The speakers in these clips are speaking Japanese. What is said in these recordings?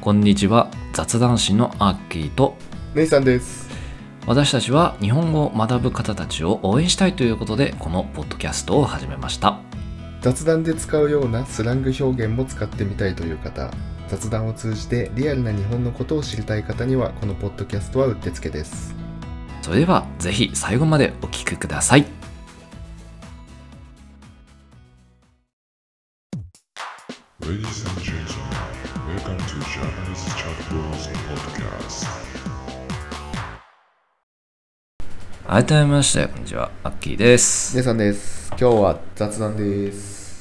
こんにちは。雑談師のアッキーとネイさんです。 私たちは日本語を学ぶ方たちを応援したいということでこのポッドキャストを始めました。 雑談で使うようなスラング表現も使ってみたいという方、雑談を通じてリアルな日本のことを知りたい方にはこのポッドキャストはうってつけです。 それではぜひ最後までお聞きください。 Ladies and gentlemen, welcome to Japanese Chat Bros Podcast. 改めましてこんにちは、アッキーです。 ネイさんです。今日は雑談です。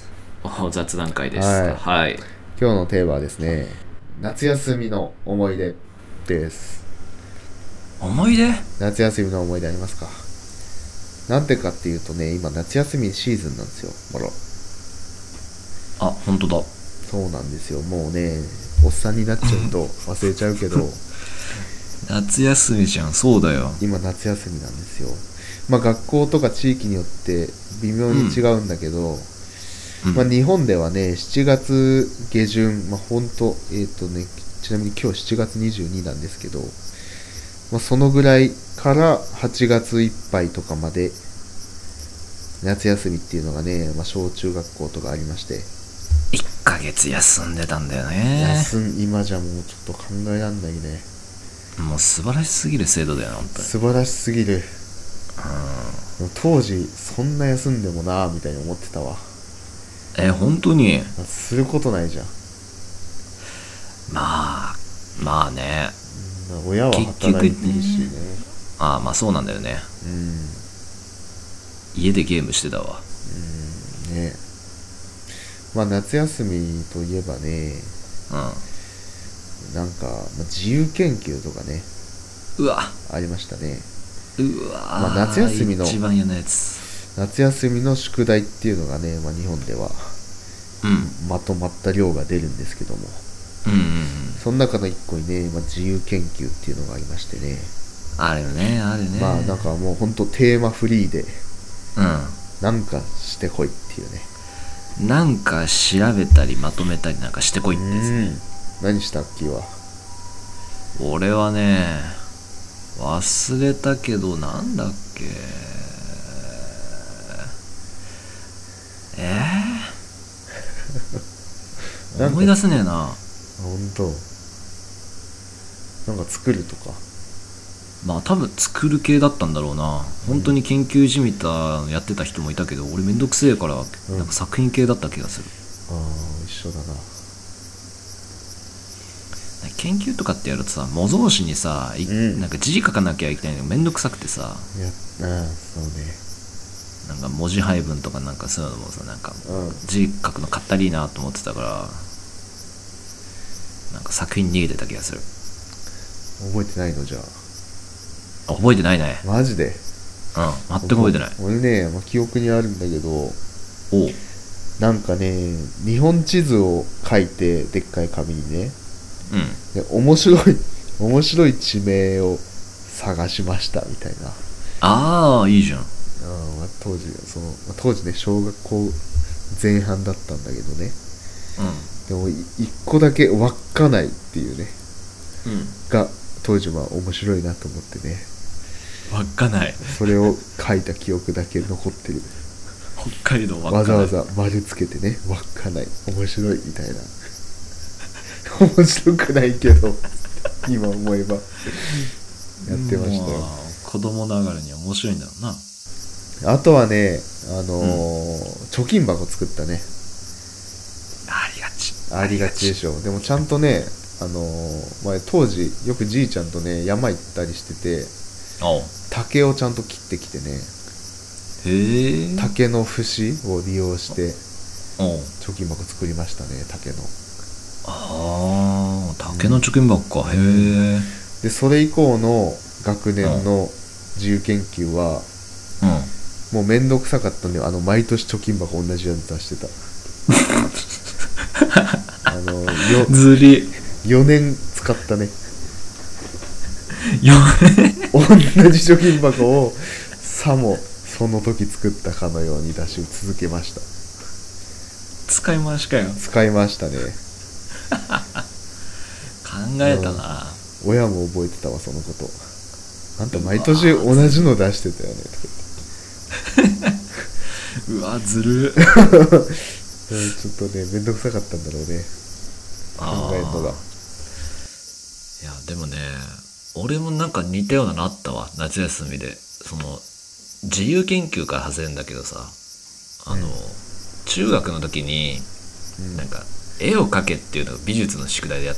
雑談会です。 はい。今日のテーマはですね、夏休みの思い出です。 思い出？ 夏休みの思い出ありますか？なんでかっていうとね、今夏休みシーズンなんですよ。 本当だ。 そうなんですよ。もうね、おっさんになっちゃうと忘れちゃうけど夏休みじゃん。そうだよ。 今夏休みなんですよ。学校とか地域によって微妙に違うんだけど、日本ではね、7月下旬、ほんと、ちなみに今日7月22なんですけど、そのぐらいから8月いっぱいとかまで夏休みっていうのがね、小中学校とかありまして、 1ヶ月休んでたんだよね。 今じゃもうちょっと考えらんないね。 もう素晴らしすぎる制度だよな、本当に。 素晴らしすぎる。当時そんな休んでもなーみたいに思ってたわ。 本当にすることないじゃん。 まあね。 親は働いてるしね。 そうなんだよね。家でゲームしてたわ。 ね。夏休みといえばね、自由研究とかね、ありましたね。夏休みの一番嫌なやつ。 夏休みの宿題っていうのがね、日本では、まとまった量が出るんですけども、その中の一個にね、自由研究っていうのがありましてね。 あるね。 もうほんとテーマフリーで、なんかしてこいっていうね。 なんか調べたりまとめたりなんかしてこいってやつね。 何したっけは。 俺はね、忘れたけどなんだっけ。思い出せねえな。 ほんと。なんか作るとか。 多分作る系だったんだろうな。本当に研究じみたのやってた人もいたけど、俺めんどくせえからなんか作品系だった気がする。 一緒だな。 研究とかってやるとさ、模造紙にさ、なんか字書かなきゃいけないのがめんどくさくてさ、 そうね。 なんか文字配分とかなんかそういうのもさ、なんか字書くのかったりいいなと思ってたから、なんか作品逃げてた気がする。 覚えてないのじゃあ。 覚えてないね。 マジで？ 全く覚えてない。 俺ね、記憶にあるんだけど、なんかね、日本地図を書いてでっかい紙にね、で面白い地名を探しましたみたいな。 いいじゃん。 当時ね、小学校前半だったんだけどね、でも一個だけ稚内っていうね、が当時は面白いなと思ってね、 稚内、 それを書いた記憶だけ残ってる。 北海道稚内、 わざわざ丸つけてね、稚内面白いみたいな。面白くないけど今思えばやってましたよ。 子供ながらには面白いんだろうな。 あとはね、貯金箱作ったね。ありがちでしょ。でもちゃんとね、当時よくじいちゃんとね、山行ったりしてて、竹をちゃんと切ってきてね、竹の節を利用して貯金箱作りましたね。竹の貯金箱か。 でそれ以降の学年の自由研究は、もうめんどくさかったんで、毎年貯金箱同じやつ出してた。 ずり 4年使ったね。 同じ貯金箱をさもその時作ったかのように出し続けました。 使い回しかよ。 使いましたね。 えたな。 親も覚えてたわそのこと。あんた毎年同じの出してたよねとかうわずる言ってちょっとねめんどくさかったんだろうね考えるのが。 いやでもね、俺もなんか似たようなのあったわ。夏休みでその自由研究から外れるんだけどさ、中学の時になんか絵を描けっていうのが美術の宿題でやって、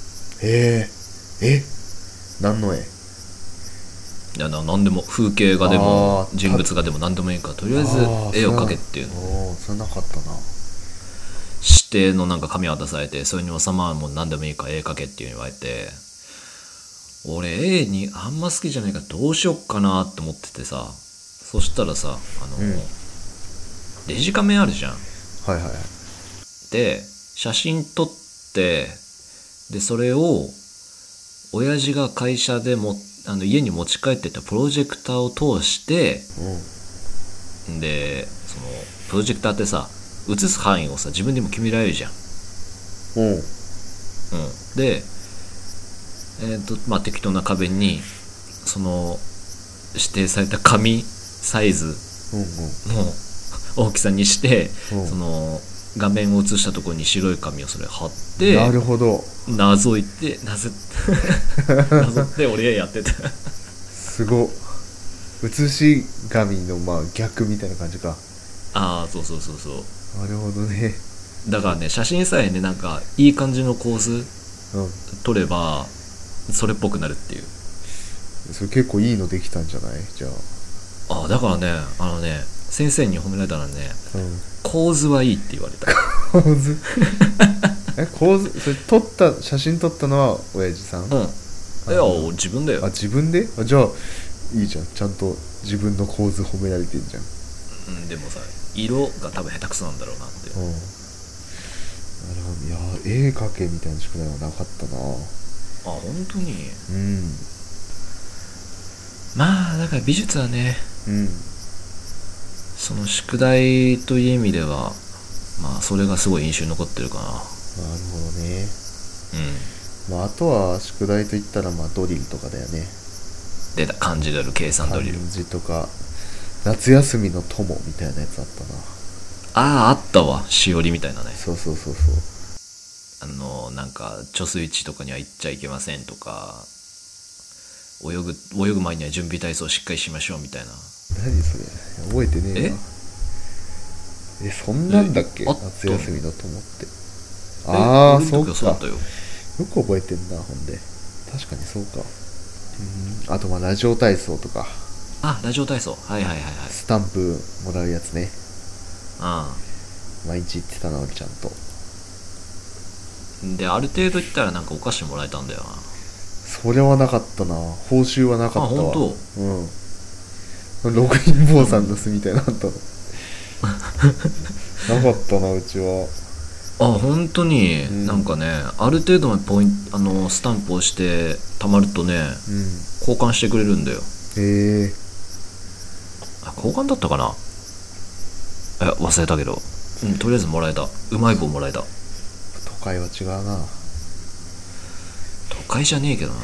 何の絵？ いや何でも風景画でも人物画でも何でもいいからとりあえず絵を描けっていうの。 それなかったな。 指定のなんか紙渡されて、それに収まるもん何でもいいから絵描けっていう言われて、俺絵にあんま好きじゃないからどうしよっかなって思っててさ、そしたらさデジカメあるじゃん。 はいはいはい。 で写真撮って、でそれを親父が会社で家に持ち帰ってたプロジェクターを通して、でそのプロジェクターってさ映す範囲をさ自分でも決められるじゃん。でまあ適当な壁にその指定された紙サイズの大きさにして、その画面を映したところに白い紙をそれ貼って、 なるほど、 なぞって俺やってたすごっ。写し紙のまあ逆みたいな感じか。 ああそうそう。 なるほどね。 だからね写真さえねなんかいい感じの構図撮ればそれっぽくなるっていう。 それ結構いいのできたんじゃない？じゃあ。 だからね先生に褒められたらね、構図はいいって言われた。 構図構図それ写真撮ったのは親父さん？いや自分だよ。 自分で？じゃあいいじゃん、ちゃんと自分の構図褒められてんじゃん。 でもさ色が多分下手くそなんだろうなって。 なるほど。いや絵描けみたいな宿題はなかったな。 本当に。まあだから美術はね、その宿題という意味ではまあそれがすごい印象に残ってるかな。なるほどね。まああとは宿題といったらまあドリルとかだよね。 出た、漢字ドリル、計算ドリル。 漢字とか夏休みの友みたいなやつあったな。 あったわ、しおりみたいなね。 そうなんか貯水池とかには行っちゃいけませんとか、泳ぐ前には準備体操をしっかりしましょうみたいな。 何それ覚えてねえな。そんなんだっけ？夏休みの友って。そうか。 そうだったよ。 よく覚えてんな。ほんで確かにそうか。あとまあラジオ体操とか。 ラジオ体操、はい。 スタンプもらうやつね。毎日行ってたな俺ちゃんと。 である程度行ったらなんかお菓子もらえたんだよな。 それはなかったな。報酬はなかったわ。 本当？六人坊さんの巣みたいなのあったのなかったなうちは。 本当に、なんかねある程度のスタンプをして貯まるとね、交換してくれるんだよ。交換だったかな、忘れたけど、とりあえずもらえた。うまい棒もらえた。 都会は違うな。 都会じゃねえけどな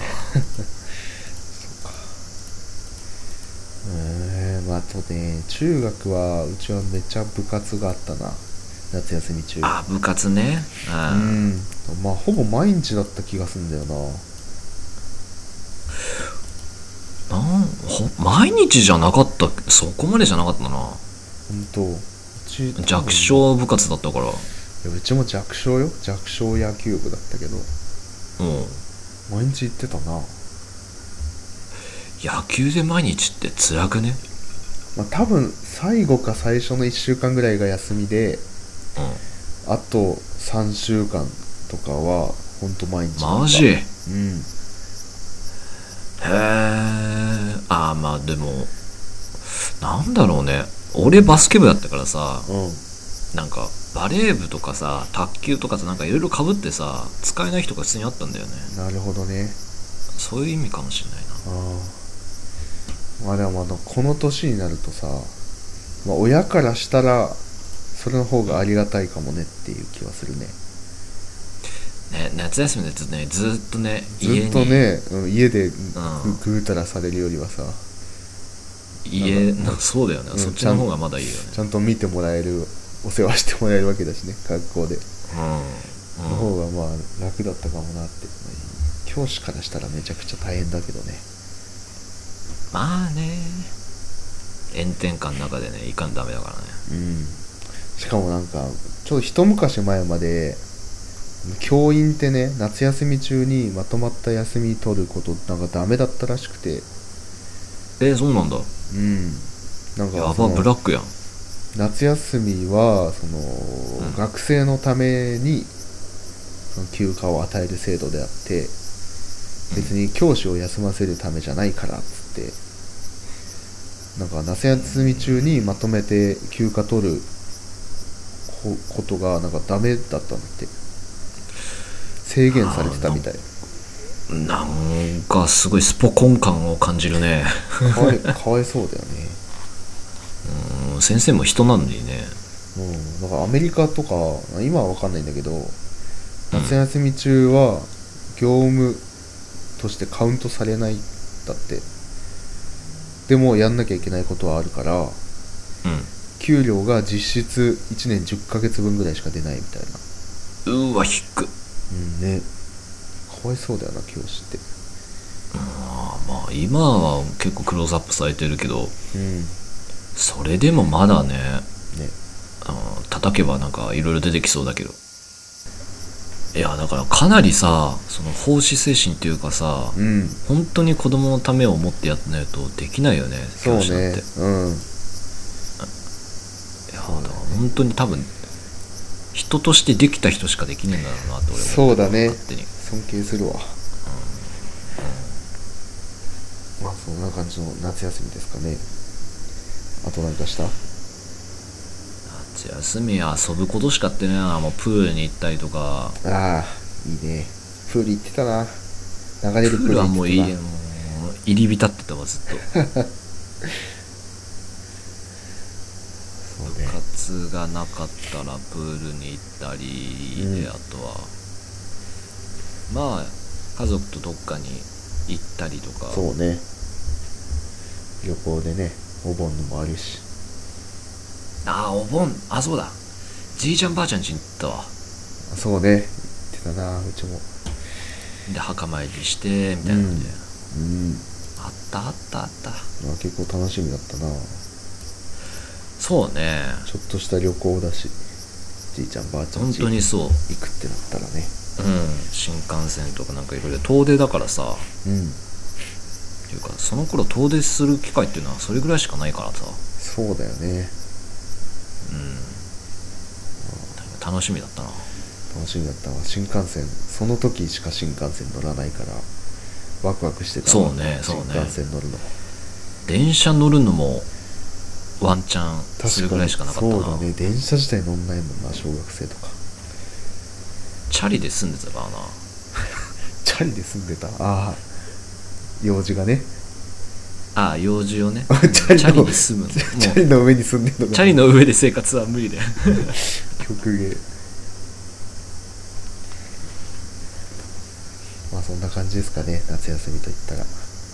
そうか。あとね中学はうちはめっちゃ部活があったな、夏休み中。 部活ね。 まあほぼ毎日だった気がするんだよな。 毎日じゃなかった。そこまでじゃなかったな。 本当。 弱小部活だったから。 うちも弱小よ。弱小野球部だったけど毎日行ってたな。 野球で毎日って辛くね？ 多分最後か最初の1週間ぐらいが休みで、あと3週間とかはほんと毎日。 マジ？まあでもなんだろうね、俺バスケ部だったからさ、なんかバレー部とかさ卓球とかさなんかいろいろかぶってさ使えない人が普通にあったんだよね。 なるほどね。 そういう意味かもしれないな。 でもこの年になるとさ、親からしたらそれの方がありがたいかもねっていう気はするね。 夏休みのやつね、ずっとね、 ずっとね、家でうんぐうたらされるよりはさ、 そうだよね、そっちの方がまだいいよね。 ちゃんと見てもらえる、お世話してもらえるわけだしね、学校での方がまあ楽だったかもなって。教師からしたらめちゃくちゃ大変だけどね。 まあね、炎天下の中でね、いかんダメだからね。 しかもなんかちょっと一昔前まで教員ってね、夏休み中にまとまった休み取ることなんかダメだったらしくて。 そうなんだ。 なんかやば、ブラックやん。 夏休みは学生のためにその休暇を与える制度であって、別に教師を休ませるためじゃないからっつって、なんか夏休み中にまとめて休暇取ることがなんかダメだったんだって、制限されてたみたい。 なんかすごいスポコン感を感じるね。 かわいそうだよね。 先生も人なのにね。 なんかアメリカとか今は分かんないんだけど、夏休み中は業務としてカウントされないんだって。でもやんなきゃいけないことはあるから、給料が実質1年10ヶ月分ぐらいしか出ないみたいな。 うわ、引く。 ね、かわいそうだよな、教師って。 まあ今は結構クローズアップされてるけど、それでもまだね、叩けばなんかいろいろ出てきそうだけど。いやだからかなりさ、その奉仕精神っていうかさ、本当に子供のためを思ってやってないとできないよね、教師だって。いやだから本当に多分人としてできた人しかできねえんだろうなって俺は思ってる。 そうだね、尊敬するわ。まあそんな感じの夏休みですかね。あと何かした？ 夏休みは遊ぶことしかやってねえな。もうプールに行ったりとか。 ああ、いいね。プール行ってたな。流れるプール行ってたな。 プールはもういい、もう入り浸ってたわずっと。部活がなかったらプールに行ったりで、あとはまあ家族とどっかに行ったりとか。 そうね、旅行でね、お盆のもあるし。 お盆、そうだ、じいちゃんばあちゃん家に行ったわ。 そうね、行ってたな、うちも。 で墓参りしてみたいなので、あった。 結構楽しみだったな。 そうね、 ちょっとした旅行だし、じいちゃんばあちゃん家本当にそう行くってなったらね。 新幹線とかなんかいろいろ遠出だからさ、っていうかその頃遠出する機会っていうのはそれぐらいしかないからさ。 そうだよね。 楽しみだったな。 楽しみだったわ。新幹線、その時しか新幹線乗らないからワクワクしてた。 そうね、 新幹線乗るの。 電車乗るのもワンチャンするぐらいしかなかったな。 そうだね、電車自体乗んないもんな、小学生とか。 チャリで住んでたからな。 チャリで住んでた。用事がね。 用事をね。 チャリに住むの。 チャリの上に住んでるのか。 チャリの上で生活は無理だよ。 極限。まあそんな感じですかね、夏休みといったら。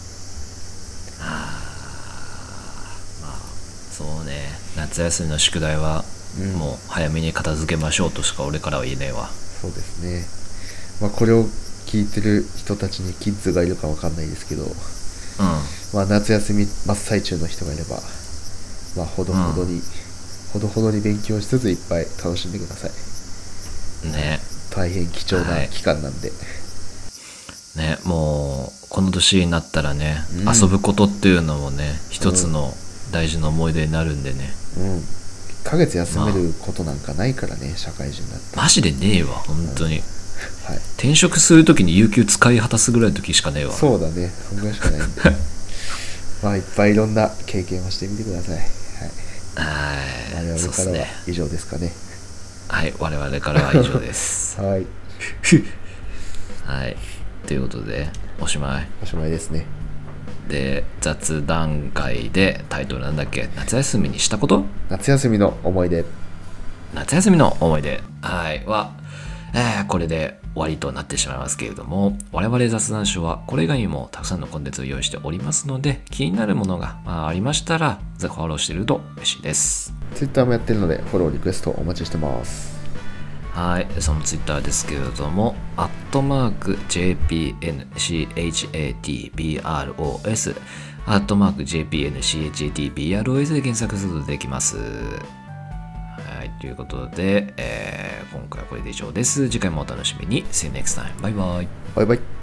まあそうね、夏休みの宿題はもう早めに片付けましょうとしか俺からは言えないわ。 そうですね。まあこれを聞いてる人たちにキッズがいるかわかんないですけど、まあ夏休み真っ最中の人がいれば、まあほどほどに勉強しつついっぱい楽しんでくださいね。 大変貴重な期間なんで、 ね、もうこの年になったらね、遊ぶことっていうのもね、一つの大事な思い出になるんでね。 1ヶ月休めることなんかないからね、社会人だったら。 マジでねえわ、本当に。転職するときに有給使い果たすぐらいの時しかねえわ。 そうだね、そんぐらいしかないんで。まあいっぱいいろんな経験をしてみてください。我々からは以上ですかね。 はい、我々からは以上です。 はい。 はい。ということで、おしまいですね。 で、雑談会でタイトルなんだっけ？夏休みにしたこと？ 夏休みの思い出。 夏休みの思い出。はい。は、 これで終わりとなってしまいますけれども、我々雑談書はこれ以外にもたくさんのコンテンツを用意しておりますので、気になるものがありましたら、ぜひフォローしていると嬉しいです。 Twitter もやってるので、フォローリクエストお待ちしてます。 はい、その Twitter ですけれども、@JPNCHATBROS、@JPNCHATBROS で検索するとできます。はい、ということで、今回はこれで以上です。次回もお楽しみに。See you next time. バイバイ。 バイバイ。